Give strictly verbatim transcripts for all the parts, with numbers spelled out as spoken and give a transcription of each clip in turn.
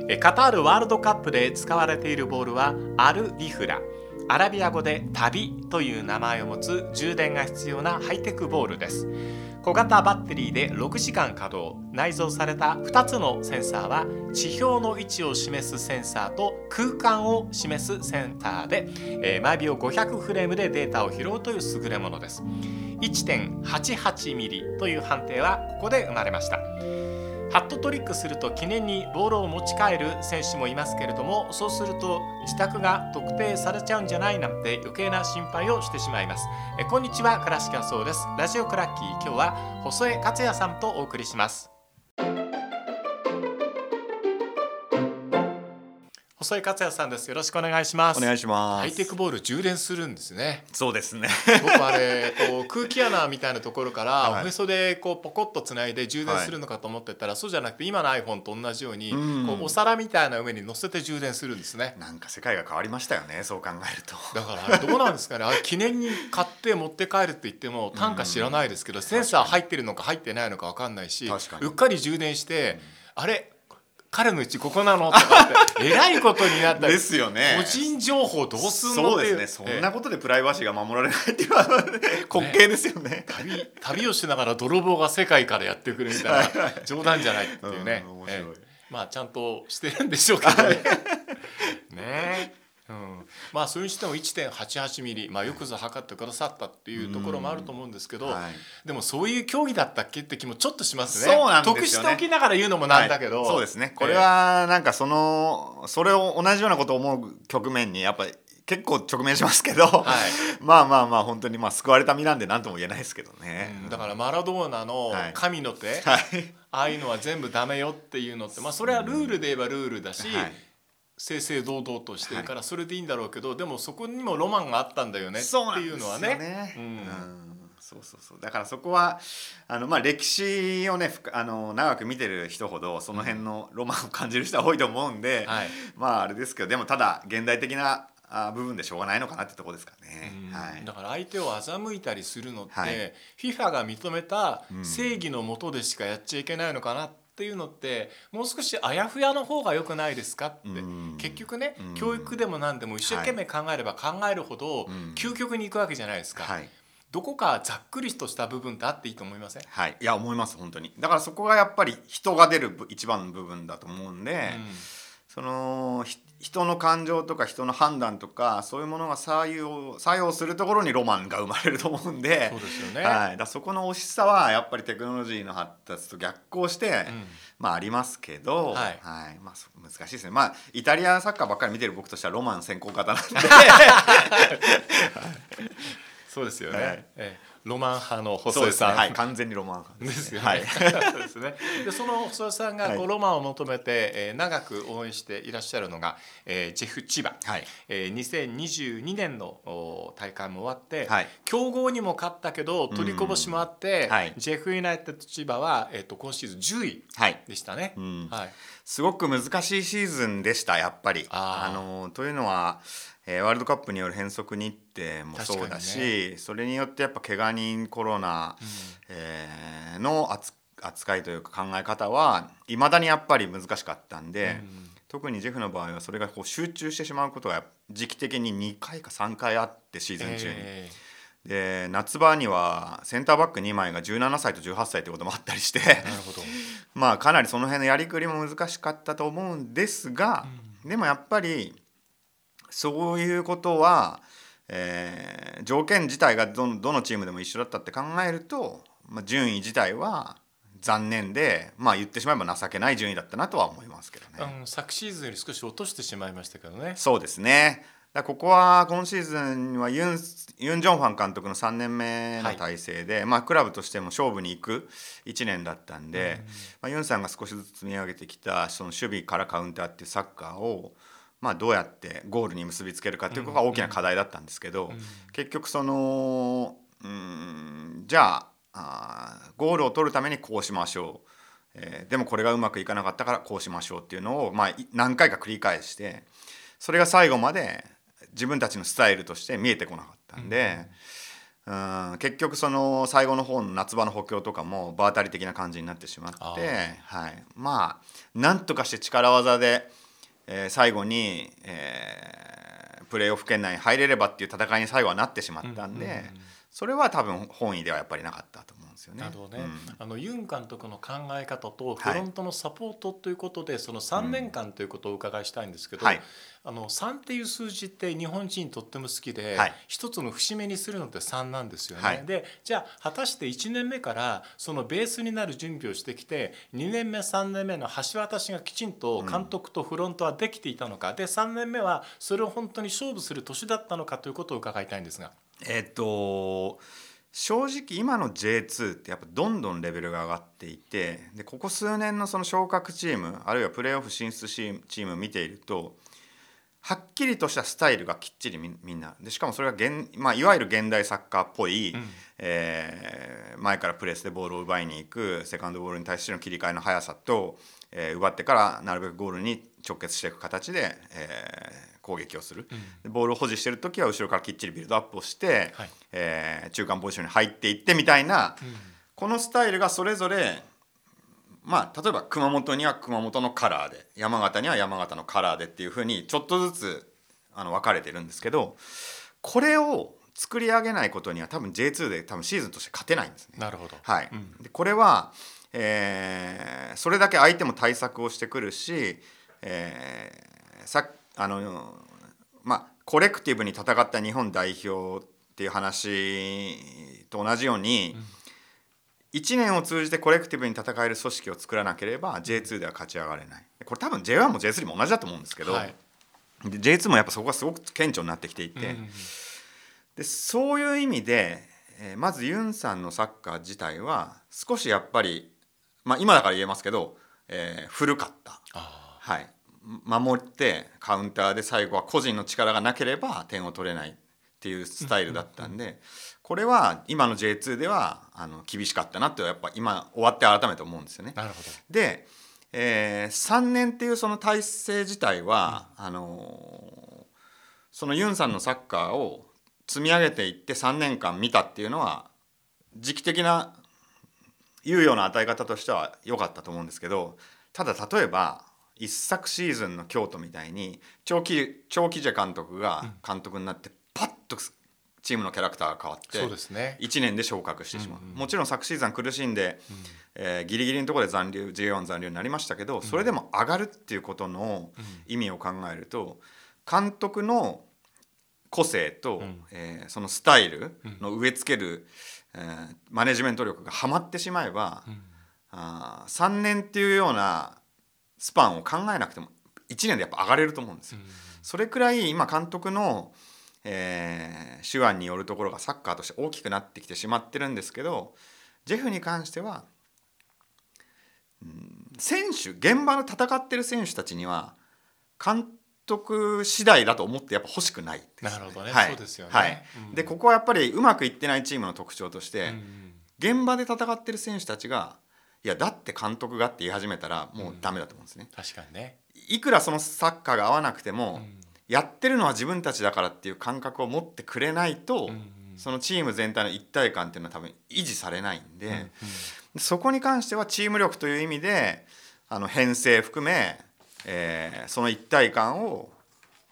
カタールワールドカップで使われているボールはアルリフラ、アラビア語で旅という名前を持つ充電が必要なハイテクボールです。小型バッテリーでろくじかん稼働、内蔵されたふたつのセンサーは地表の位置を示すセンサーと空間を示すセンサーで、えー、毎秒ごひゃくフレームでデータを拾うという優れものです。 いってんはちはちミリという判定はここで生まれました。ハットトリックすると記念にボールを持ち帰る選手もいますけれども、そうすると自宅が特定されちゃうんじゃないなんて余計な心配をしてしまいます。えこんにちは、倉敷そうです。ラジオクラッキー、今日は細江克也さんとお送りします。細江克也さんです。よろしくお願いします。 お願いします。 ハイテクボール充電するんですね。 そうですね。 僕あれこう空気穴みたいなところからおへそでこうポコッとつないで充電するのかと思ってたら、はい、そうじゃなくて今の iPhone と同じように、うん、こうお皿みたいな上に乗せて充電するんですね。 なんか世界が変わりましたよね、そう考えると。 だからどうなんですかね。あれ記念に買って持って帰るって言っても単価知らないですけど、センサー入ってるのか入ってないのか分かんないし、うっかり充電して、うん、あれ彼のうちここなのとかってえらいことになったりですよね。 個人情報どうすんのそうですね。そんなことでプライバシーが守られないっていうのは滑稽ですよね。 ね、旅, 旅をしながら泥棒が世界からやってくるみたいな冗談じゃないっていうね、うん、面白い、えー、まあちゃんとしてるんでしょうけどねね、うん、まあそれにしても いってんはちはちミリ、まあ、よくぞ測ってくださったっていうところもあると思うんですけど、はい、でもそういう競技だったっけって気もちょっとしますね。 そうなんですよね。 得しておきながら言うのもなんだけど、 はい、そうですね。これはなんかそのそれを同じようなことを思う局面にやっぱり結構直面しますけど、はい、まあまあまあ本当にまあ救われた身なんで何とも言えないですけどね、 うん、だからマラドーナの神の手、はい、ああいうのは全部ダメよっていうのって、まあ、それはルールで言えばルールだし、はい、正々堂々としてるからそれでいいんだろうけど、はい、でもそこにもロマンがあったんだよねっていうのはね。 そうそうそう。だからそこはあの、まあ、歴史をねあの長く見てる人ほどその辺のロマンを感じる人は多いと思うんで、うん、はい、まああれですけど、でもただ現代的な部分でしょうがないのかなってところですかね、 はい、だから相手を欺いたりするのって、はい、FIFA が認めた正義のもとでしかやっちゃいけないのかなっていうのって、もう少しあやふやの方が良くないですかって、結局ね、教育でも何でも一生懸命考えれば考えるほど究極に行くわけじゃないですか、はい、どこかざっくりとした部分ってあっていいと思いません？ はい、いや思います。本当に。だからそこがやっぱり人が出る一番の部分だと思うんで、うん、その人の感情とか人の判断とかそういうものが作用、作用するところにロマンが生まれると思うんで、 そうですよね、 はい、だそこの惜しさはやっぱりテクノロジーの発達と逆行して、うん、まあありますけど、はいはい、まあ、難しいですね。まあイタリアサッカーばっかり見てる僕としてはロマン先行型なんでそうですよね、はい、えロマン派の細江さん、 はい、完全にロマン派ですよね、 はい、 そうですね。でその細江さんがこうロマンを求めて、えー、長く応援していらっしゃるのが、えー、ジェフ千葉、はい、えー、にせんにじゅうにねんの大会も終わって、はい、強豪にも勝ったけど取りこぼしもあって、はい、ジェフユナイテッド千葉は、えー、と今シーズンじゅういでしたね、はい、うんはい、 すごく難しいシーズンでしたやっぱり。ああのというのはえー、ワールドカップによる変則日程もそうだし、ね、それによってやっぱ怪我人コロナ、うん、えー、の扱いというか考え方はいまだにやっぱり難しかったんで、うん、特にジェフの場合はそれがこう集中してしまうことが時期的ににかいかさんかいあってシーズン中に、えー、で夏場にはセンターバックにまいがじゅうななさいとじゅうはっさいってこともあったりして、なるほどまあかなりその辺のやりくりも難しかったと思うんですが、うん、でもやっぱりそういうことは、えー、条件自体が ど, どのチームでも一緒だったって考えると、まあ、順位自体は残念で、まあ、言ってしまえば情けない順位だったなとは思いますけどね。 うん、昨シーズンより少し落としてしまいましたけどね。 そうですね。だここは今シーズンはユン、ユン・ジョンファン監督のさんねんめの体制で、はい、まあ、クラブとしても勝負に行くいちねんだったんで、うんまあ、ユンさんが少しずつ積み上げてきたその守備からカウンターっていうサッカーをまあ、どうやってゴールに結びつけるかっていうことが大きな課題だったんですけど、うんうん、結局そのうーんじゃ あ, あゴールを取るためにこうしましょう、えー、でもこれがうまくいかなかったからこうしましょうっていうのを、まあ、何回か繰り返してそれが最後まで自分たちのスタイルとして見えてこなかったんで、うん、うん結局その最後の方の夏場の補強とかも場当たり的な感じになってしまって、はい、まあなんとかして力技でえー、最後に、えー、プレーオフ圏内に入れればっていう戦いに最後はなってしまったんで、うんうんうん、それは多分本意ではやっぱりなかったと思うんですよね。 なるほどね、うん、あのユン監督の考え方とフロントのサポートということで、はい、そのさんねんかんということをお伺いしたいんですけど、うん、あのさんっていう数字って日本人とっても好きで、はい、一つの節目にするのってさんなんですよね、はい、でじゃあ果たしていちねんめからそのベースになる準備をしてきてにねんめさんねんめの橋渡しがきちんと監督とフロントはできていたのか、うん、でさんねんめはそれを本当に勝負する年だったのかということを伺いたいんですが。 えっと正直今の ジェイツー ってやっぱどんどんレベルが上がっていて、でここ数年のその昇格チームあるいはプレーオフ進出チームを見ているとはっきりとしたスタイルがきっちり み, みんなでしかもそれが現、まあ、いわゆる現代サッカーっぽい、うんえー、前からプレスでボールを奪いに行くセカンドボールに対しての切り替えの速さと、えー、奪ってからなるべくゴールに直結していく形で、えー、攻撃をする、うん、ボールを保持している時は後ろからきっちりビルドアップをして、はいえー、中間ポジションに入っていってみたいな、うん、このスタイルがそれぞれまあ、例えば熊本には熊本のカラーで山形には山形のカラーでっていう風にちょっとずつあの分かれてるんですけど、これを作り上げないことには多分 ジェイツー で多分シーズンとして勝てないんですね。 なるほど、 はいうん、 でこれは、えー、それだけ相手も対策をしてくるし、えー、さあのまあコレクティブに戦った日本代表っていう話と同じように、うんいちねんを通じてコレクティブに戦える組織を作らなければ ジェイツー では勝ち上がれない。これ多分 ジェイワン も ジェイスリー も同じだと思うんですけど、はい、で ジェイツー もやっぱそこがすごく顕著になってきていて、うん、でそういう意味で、えー、まずユンさんのサッカー自体は少しやっぱり、まあ、今だから言えますけど、えー、古かった、はい、守ってカウンターで最後は個人の力がなければ点を取れないっていうスタイルだったんで、うんうんうん、これは今の ジェイツー ではあの厳しかったなってやっぱ今終わって改めて思うんですよね。 なるほど。 で、えー、さんねんっていうその体制自体は、うんあのー、そのユンさんのサッカーを積み上げていってさんねんかん見たっていうのは時期的な猶予の与え方としては良かったと思うんですけど、ただ例えば一昨シーズンの京都みたいに長期長期ジェ監督が監督になってパッとチームのキャラクターが変わっていちねんで昇格してしまう、うんうん、もちろん昨シーズン苦しんで、うんえー、ギリギリのところで残留 ジェイワン 残留になりましたけど、それでも上がるっていうことの意味を考えると監督の個性と、うんえー、そのスタイルの植え付ける、えー、マネジメント力がはまってしまえば、うん、あさんねんっていうようなスパンを考えなくてもいちねんでやっぱ上がれると思うんですよ、うん、それくらい今監督の、えー、手腕によるところがサッカーとして大きくなってきてしまってるんですけど、ジェフに関しては、うん、選手現場の戦ってる選手たちには監督次第だと思ってやっぱ欲しくないですね。 なるほどね、 はい、 そうですよね、 はいうん、でここはやっぱりうまくいってないチームの特徴として、うん、現場で戦ってる選手たちがいやだって監督がって言い始めたらもうダメだと思うんですね、 うん、確かにね。 いくらそのサッカーが合わなくても、うん、やってるのは自分たちだからっていう感覚を持ってくれないと、うんうん、そのチーム全体の一体感っていうのは多分維持されないんで、うんうん、そこに関してはチーム力という意味であの編成含め、えー、その一体感を、うん、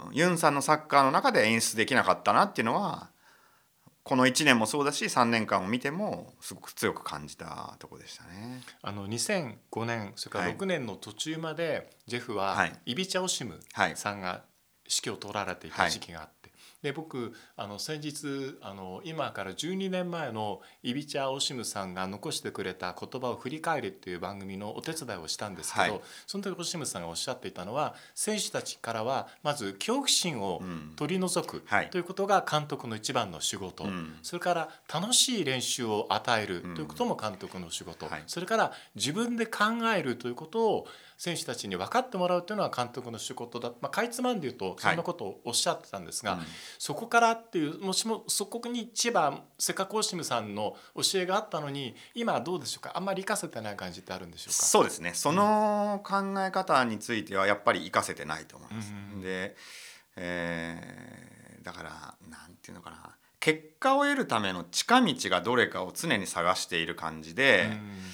ユンさんのサッカーの中で演出できなかったなっていうのはこのいちねんもそうだしさんねんかんを見てもすごく強く感じたところでしたね。 あのにせんごねんそれからろくねんの途中まで、はい、ジェフはイビチャ・オシムさんが指揮を執られていた時期があって、はいで僕あの先日あの今からじゅうにねんまえのイビチャ・オシムさんが残してくれた言葉を振り返るっていう番組のお手伝いをしたんですけど、はい、その時オシムさんがおっしゃっていたのは選手たちからはまず恐怖心を取り除く、うんはい、ということが監督の一番の仕事、うん、それから楽しい練習を与えるということも監督の仕事、うんはい、それから自分で考えるということを選手たちに分かってもらうというのは監督の仕事だ、まあ、かいつまんで言うとそんなことをおっしゃってたんですが、はいうん、そこからっていうもしもそこに千葉せっかくオシムさんの教えがあったのに今はどうでしょうか、あんまり生かせてない感じってあるんでしょうか。 そうですね、その考え方についてはやっぱり生かせてないと思います、うん、で、えー、だからなんていうのかな、結果を得るための近道がどれかを常に探している感じで、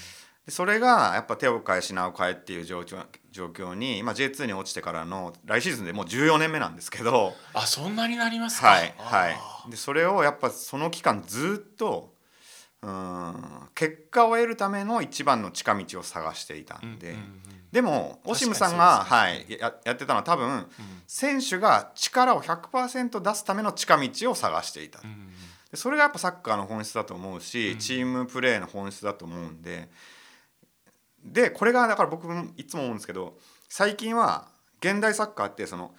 でそれがやっぱ手を変え品を変えっていう状況、状況に今 ジェイツー に落ちてからの来シーズンでもうじゅうよねんめなんですけど。 あ、そんなになりますか。 はいはい。でそれをやっぱその期間ずっとうーん結果を得るための一番の近道を探していたんで、うんうんうん、でもオシムさんが、はい、や, やってたのは多分、うん、選手が力を ひゃくパーセント 出すための近道を探していた、うんうん、でそれがやっぱサッカーの本質だと思うし、うん、チームプレーの本質だと思うんで、でこれがだから僕もいつも思うんですけど、最近は現代サッカーってその、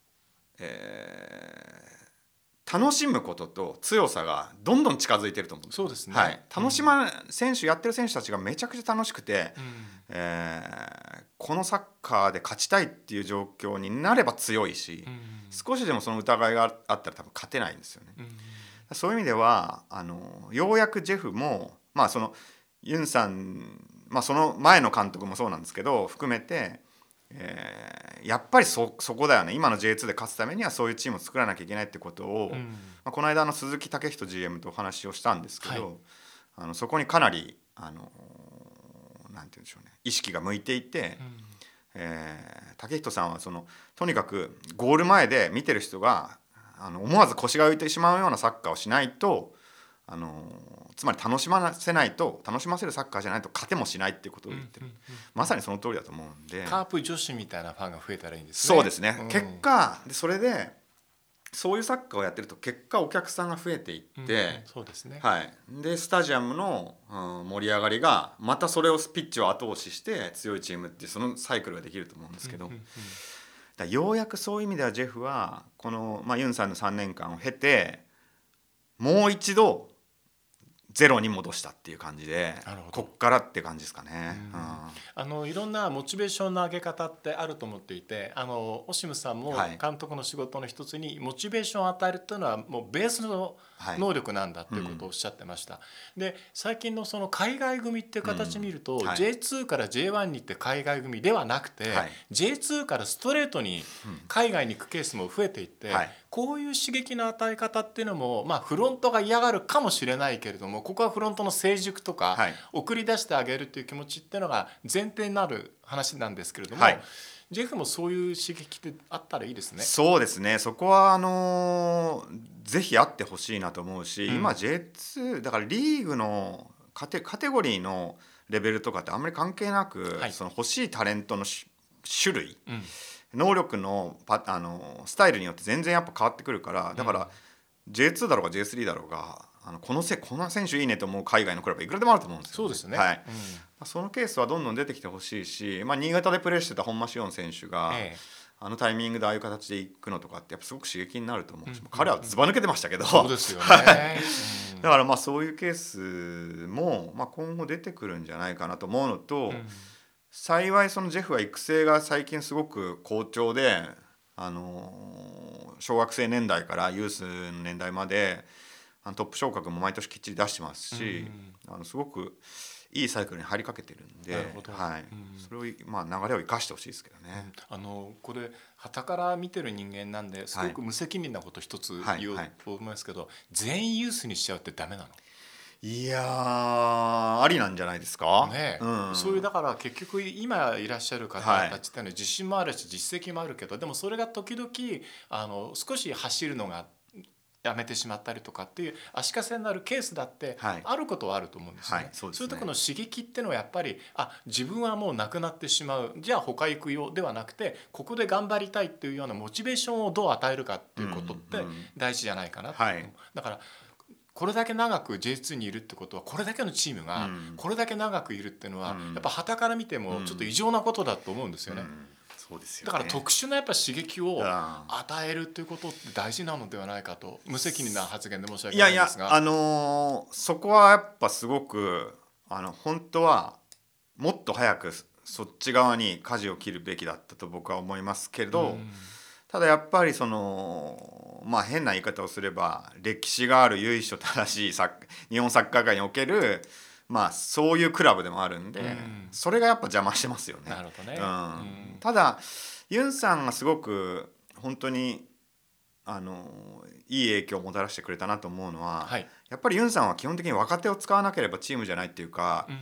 えー楽しむことと強さがどんどん近づいてると思うんです。 そうですね、 はい、楽しま、うん、選手やってる選手たちがめちゃくちゃ楽しくて、うんえー、このサッカーで勝ちたいっていう状況になれば強いし、うん、少しでもその疑いがあったら多分勝てないんですよね、うん、そういう意味ではあのようやくジェフも、まあ、そのユンさん、まあ、その前の監督もそうなんですけど含めて、えー、やっぱり そ, そこだよね、今の ジェイツー で勝つためにはそういうチームを作らなきゃいけないってことを、うんまあ、この間の鈴木武人 ジーエム とお話をしたんですけど、はい、あのそこにかなりあのなんて言うんでしょうね、意識が向いていて、うんえー、武人さんはそのとにかくゴール前で見てる人があの思わず腰が浮いてしまうようなサッカーをしないと、あのつまり楽しませないと楽しませるサッカーじゃないと勝てもしないっていうことを言ってる、うんうんうん、まさにその通りだと思うんで、 カープ女子みたいなファンが増えたらいいんですね。 そうですね、うん、結果でそれでそういうサッカーをやってると結果お客さんが増えていって、うんうん、 そうですね、 はい、でスタジアムの、うん、盛り上がりがまたそれをピッチを後押しして強いチームっていうそのサイクルができると思うんですけど、うんうんうん、だようやくそういう意味ではジェフはこの、まあ、ユンさんのさんねんかんを経てもう一度ゼロに戻したっていう感じで、こっからって感じですかね、 うんうん、あのいろんなモチベーションの上げ方ってあると思っていて、あのオシムさんも監督の仕事の一つにモチベーションを与えるっていうのはもうベースの能力なんだっていうことをおっしゃってました、はいうん、で最近のその海外組っていう形見ると、うんはい、ジェイツー から ジェイワン に行って海外組ではなくて、はい、ジェイツー からストレートに海外に行くケースも増えていって、うんはい、こういう刺激の与え方っていうのも、まあ、フロントが嫌がるかもしれないけれども、ここはフロントの成熟とか、はい、送り出してあげるという気持ちっていうのが前提になる話なんですけれども、はい、ジェフもそういう刺激ってあったらいいですね。 そうですね、そこはあのー、ぜひあってほしいなと思うし、うん、今 ジェイツー だからリーグのカテ、カテゴリーのレベルとかってあんまり関係なく、はい、その欲しいタレントの種類、うん能力のパあのスタイルによって全然やっぱ変わってくるから、だから ジェイツー だろうが ジェイスリー だろうがあのこのせこの選手いいねと思う海外のクラブいくらでもあると思うんですよ、ね、 そうですね、 はいうん、そのケースはどんどん出てきてほしいし、まあ、新潟でプレーしてた本間紫音選手が、ええ、あのタイミングでああいう形でいくのとかってやっぱすごく刺激になると思うし、うん、彼はズバ抜けてましたけど、 そうですよね、 うん、だからまあそういうケースも、まあ、今後出てくるんじゃないかなと思うのと、うん幸いそのジェフは育成が最近すごく好調で、あの小学生年代からユースの年代までトップ昇格も毎年きっちり出してますし、あのすごくいいサイクルに入りかけてるんで、はい、それを、まあ、流れを生かしてほしいですけどね、 うん、あのこれ傍から見てる人間なんですごく無責任なこと一つ言おうと思いますけど、はいはいはい、全員ユースにしちゃうってダメなの？ いやーありなんじゃないですか、 ねうん、そういうだから結局今いらっしゃる方たちっていうのは自信もあるし実績もあるけど、でもそれが時々あの少し走るのがやめてしまったりとかっていう足かせになるケースだってあることはあると思うんですよね、はいはい そうですね。そういうところの刺激っていうのはやっぱりあ自分はもうなくなってしまうじゃあ他行くよではなくて、ここで頑張りたいっていうようなモチベーションをどう与えるかっていうことって大事じゃないかな、うんうんはい、だからこれだけ長く ジェイツー にいるってことはこれだけのチームがこれだけ長くいるっていうのはやっぱ傍から見てもちょっと異常なことだと思うんですよね、うんうんそうですよね、だから特殊なやっぱ刺激を与えるということって大事なのではないかと無責任な発言で申し訳ないんですが、 いやいや、あのー、そこはやっぱすごくあの本当はもっと早くそっち側に舵を切るべきだったと僕は思いますけど、うんただやっぱりそのまあ変な言い方をすれば歴史がある由緒正しいサッ日本サッカー界におけるまあそういうクラブでもあるんで、うん、それがやっぱ邪魔してますよね。 なるほどね、 うんうん、ただユンさんがすごく本当にあのいい影響をもたらしてくれたなと思うのは、はい、やっぱりユンさんは基本的に若手を使わなければチームじゃないっていうか、うん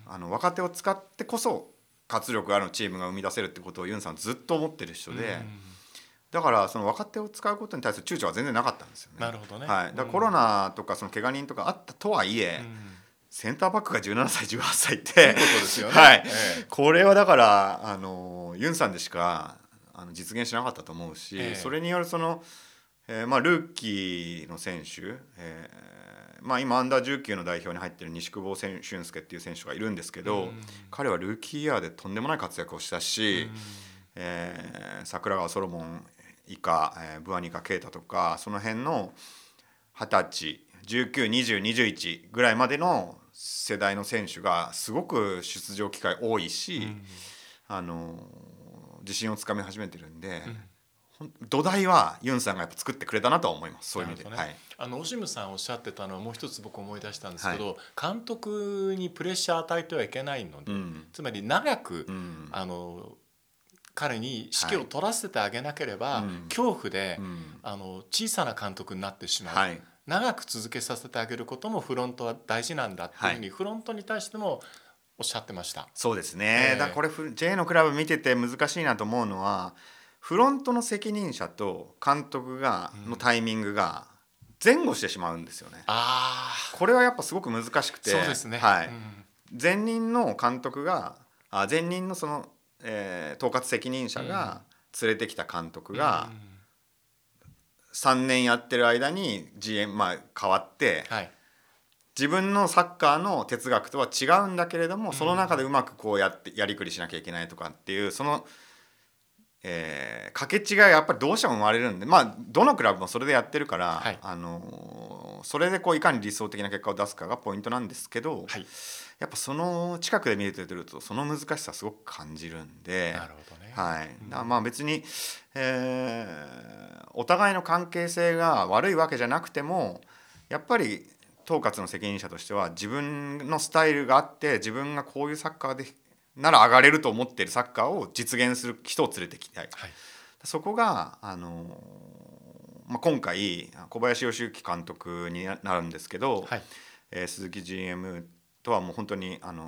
あの若手を使ってこそ活力あるチームが生み出せるってことをユンさんずっと思ってる人で、うん、だからその若手を使うことに対する躊躇は全然なかったんですよね。 なるほどね、 はい、だからコロナとかその怪我人とかあったとはいえ、うん、センターバックがじゅうななさいじゅうはっさいっていいことですよね、はい、ええ、これはだからあのユンさんでしかあの実現しなかったと思うし、ええ、それによるその、えーまあ、ルーキーの選手、えーまあ、今アンダーじゅうきゅうの代表に入ってる西久保俊介っていう選手がいるんですけど、うん、彼はルーキーイヤーでとんでもない活躍をしたし、うん、えー、桜川ソロモン以下、えー、ブアニカケイタとかその辺のはたちじゅうきゅう、にじゅう、にじゅういちぐらいまでの世代の選手がすごく出場機会多いし、うん、あの自信をつかみ始めてるんで、うん、土台はユンさんがやっぱ作ってくれたなとは思います。そういう意味で、ね、はい、あのオシムさんおっしゃってたのはもう一つ僕思い出したんですけど、はい、監督にプレッシャーを与えてはいけないので、うん、つまり長く、うん、あの彼に指揮を取らせてあげなければ、はい、恐怖で、うん、あの小さな監督になってしまう、はい、長く続けさせてあげることもフロントは大事なんだっていうふうに、はい、フロントに対してもおっしゃってました。 そうですね、えー、だからこれ J のクラブ見てて難しいなと思うのはフロントの責任者と監督がのタイミングが前後してしまうんですよね、うん、あこれはやっぱすごく難しくて、 そうですね、 はい、うん、前任の監督があ前任のその、えー、統括責任者が連れてきた監督が、うん、さんねんやってる間に ジーエム、まあ、変わって、はい、自分のサッカーの哲学とは違うんだけれども、うん、その中でうまくこうやってやりくりしなきゃいけないとかっていうその、えー、掛け違いがやっぱりどうしても生まれるんで、まあどのクラブもそれでやってるから、はい、あのー、それでこういかに理想的な結果を出すかがポイントなんですけど、はい、やっぱその近くで見れてるとその難しさすごく感じるんで、 なるほどね、 はい、だからまあ別に、えー、お互いの関係性が悪いわけじゃなくてもやっぱり統括の責任者としては自分のスタイルがあって自分がこういうサッカーでなら上がれると思っているサッカーを実現する人を連れてきたい、はい、そこが、あのーまあ、今回小林義行監督になるんですけど、はい、えー、鈴木 ジーエム とはもう本当に、あの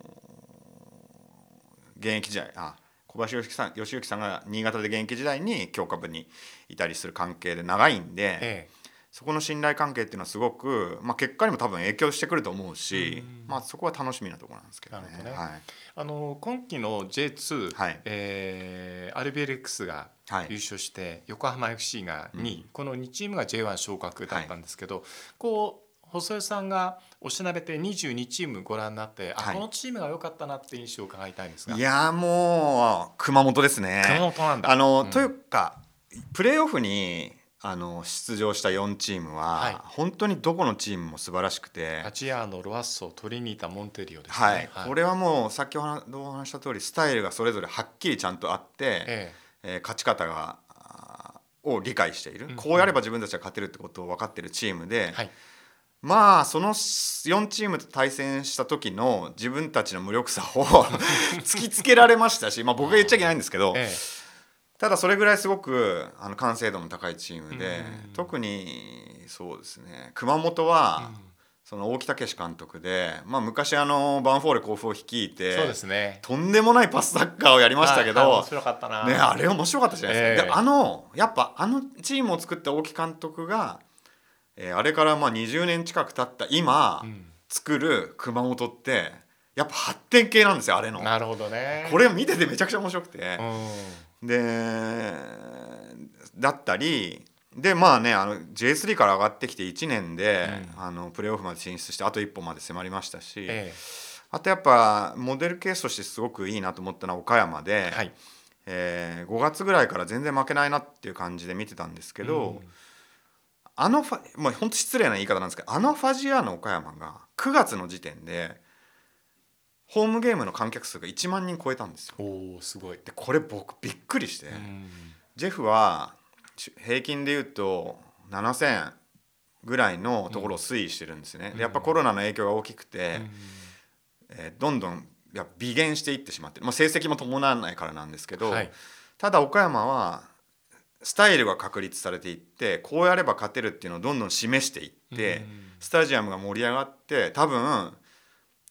ー、現役時代あ小林義行さん、義行さんが新潟で現役時代に強化部にいたりする関係で長いんで、ええ、そこの信頼関係っていうのはすごく、まあ、結果にも多分影響してくると思うし、まあ、そこは楽しみなところなんですけどね。なるほどね、はい、 あの今期の ジェイツー、はい、えー、アルビレックスが優勝して、はい、横浜 エフシー がにい、うん、このにチームが ジェイワン 昇格だったんですけど、はい、こう細江さんがおしなべてにじゅうにチームご覧になって、あ、はい、このチームが良かったなって印象を伺いたいんですが。 いやもう熊本ですね。 熊本なんだ。 あの、うん、というかプレーオフにあの出場したよんチームは、はい、本当にどこのチームも素晴らしくて、 アチアーノ、ロアッソ、トリニータ、モンテリオですね、 はいはい、これはもう先ほどお話した通りスタイルがそれぞれはっきりちゃんとあって、えええー、勝ち方がを理解している、うん、こうやれば自分たちが勝てるってことを分かっているチームで、はい、まあそのよんチームと対戦した時の自分たちの無力さを突きつけられましたし、まあ、僕が言っちゃいけないんですけど、ええ、ただそれぐらいすごくあの完成度の高いチームで、うん、特にそうですね熊本は、うん、その大木武監督で、まあ、昔あのバンフォーレ甲府を率いて、 そうですね、 とんでもないパスサッカーをやりましたけど、はいはい、 面白かったな、 ね、あれ面白かったじゃないですか、えー、であのやっぱあのチームを作った大木監督が、えー、あれからまあにじゅうねん近く経った今、うん、作る熊本ってやっぱ発展系なんですよ、あれの。 なるほどね。 これを見ててめちゃくちゃ面白くて、うん、でだったりでまあねあの ジェイスリー から上がってきていちねんで、うん、あのプレーオフまで進出してあと一歩まで迫りましたし、ええ、あとやっぱモデルケースとしてすごくいいなと思ったのは岡山で、はい、えー、ごがつぐらいから全然負けないなっていう感じで見てたんですけど、うん、あのファ、まあ、本当失礼な言い方なんですけど、あのファジアーノ岡山がくがつの時点でホームゲームの観客数がいちまんにん超えたんですよ。 おー、すごい。 でこれ僕びっくりして、うん、ジェフは平均でいうとななせんぐらいのところを推移してるんですね、うん、でやっぱコロナの影響が大きくて、うん、えー、どんどんや微減していってしまって、まあ、成績も伴わないからなんですけど、はい、ただ岡山はスタイルが確立されていってこうやれば勝てるっていうのをどんどん示していって、うん、スタジアムが盛り上がって多分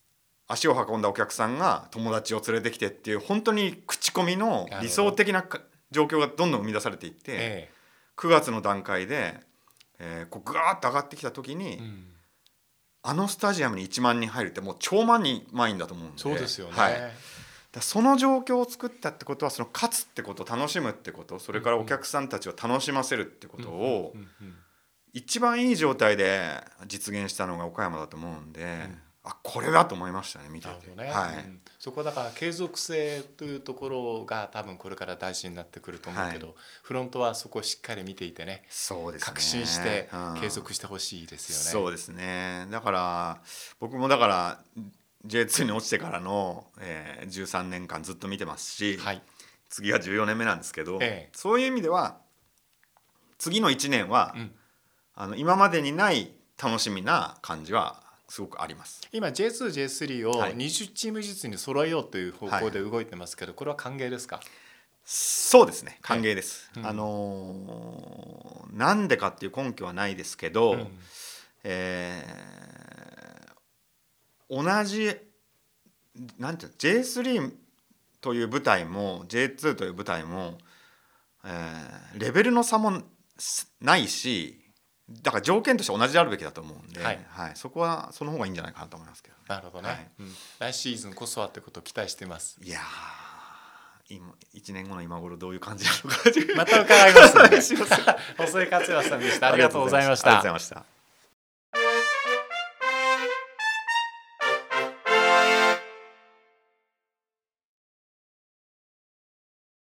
足を運んだお客さんが友達を連れてきてっていう本当に口コミの理想的な状況がどんどん生み出されていって、ええ、くがつの段階で、えー、こうグワーッと上がってきた時に、うん、あのスタジアムにいちまんにん入るってもう超満員満員だと思うんで、 そうですよね、 はい、だその状況を作ったってことはその勝つってこと楽しむってことそれからお客さんたちを楽しませるってことを一番いい状態で実現したのが岡山だと思うんで、うん、あこれだと思いましたね見てて、 ね、 はい、 うん、そこだから継続性というところが多分これから大事になってくると思うけど、はい、フロントはそこをしっかり見ていてね、 そうですね、 確信して継続してほしいですよね、 うん、そうですね。だから僕もだから ジェイツー に落ちてからの、えー、じゅうさんねんかんずっと見てますし、はい、次はじゅうよねんめなんですけど、ええ、そういう意味では次のいちねんは、うん、あの今までにない楽しみな感じはすごくあります。 今 ジェイツー、ジェイスリー をにじゅうチームずつに揃えようという方向で動いてますけど、はい、これは歓迎ですか？ そうですね、歓迎です、はい、うん、あのー、なんでかっていう根拠はないですけど、うん、えー、同じなんていうの ジェイスリー という舞台も ジェイツー という舞台も、えー、レベルの差もないしだから条件として同じであるべきだと思うんで、はいはい、そこはその方がいいんじゃないかなと思いますけどね。 なるほどね、はい、うん、来シーズンこそはってことを期待してます。 いや今いちねんごの今頃どういう感じなのかまた伺いますので細井克也さんでした。ありがとうございました。 ありがとうございました。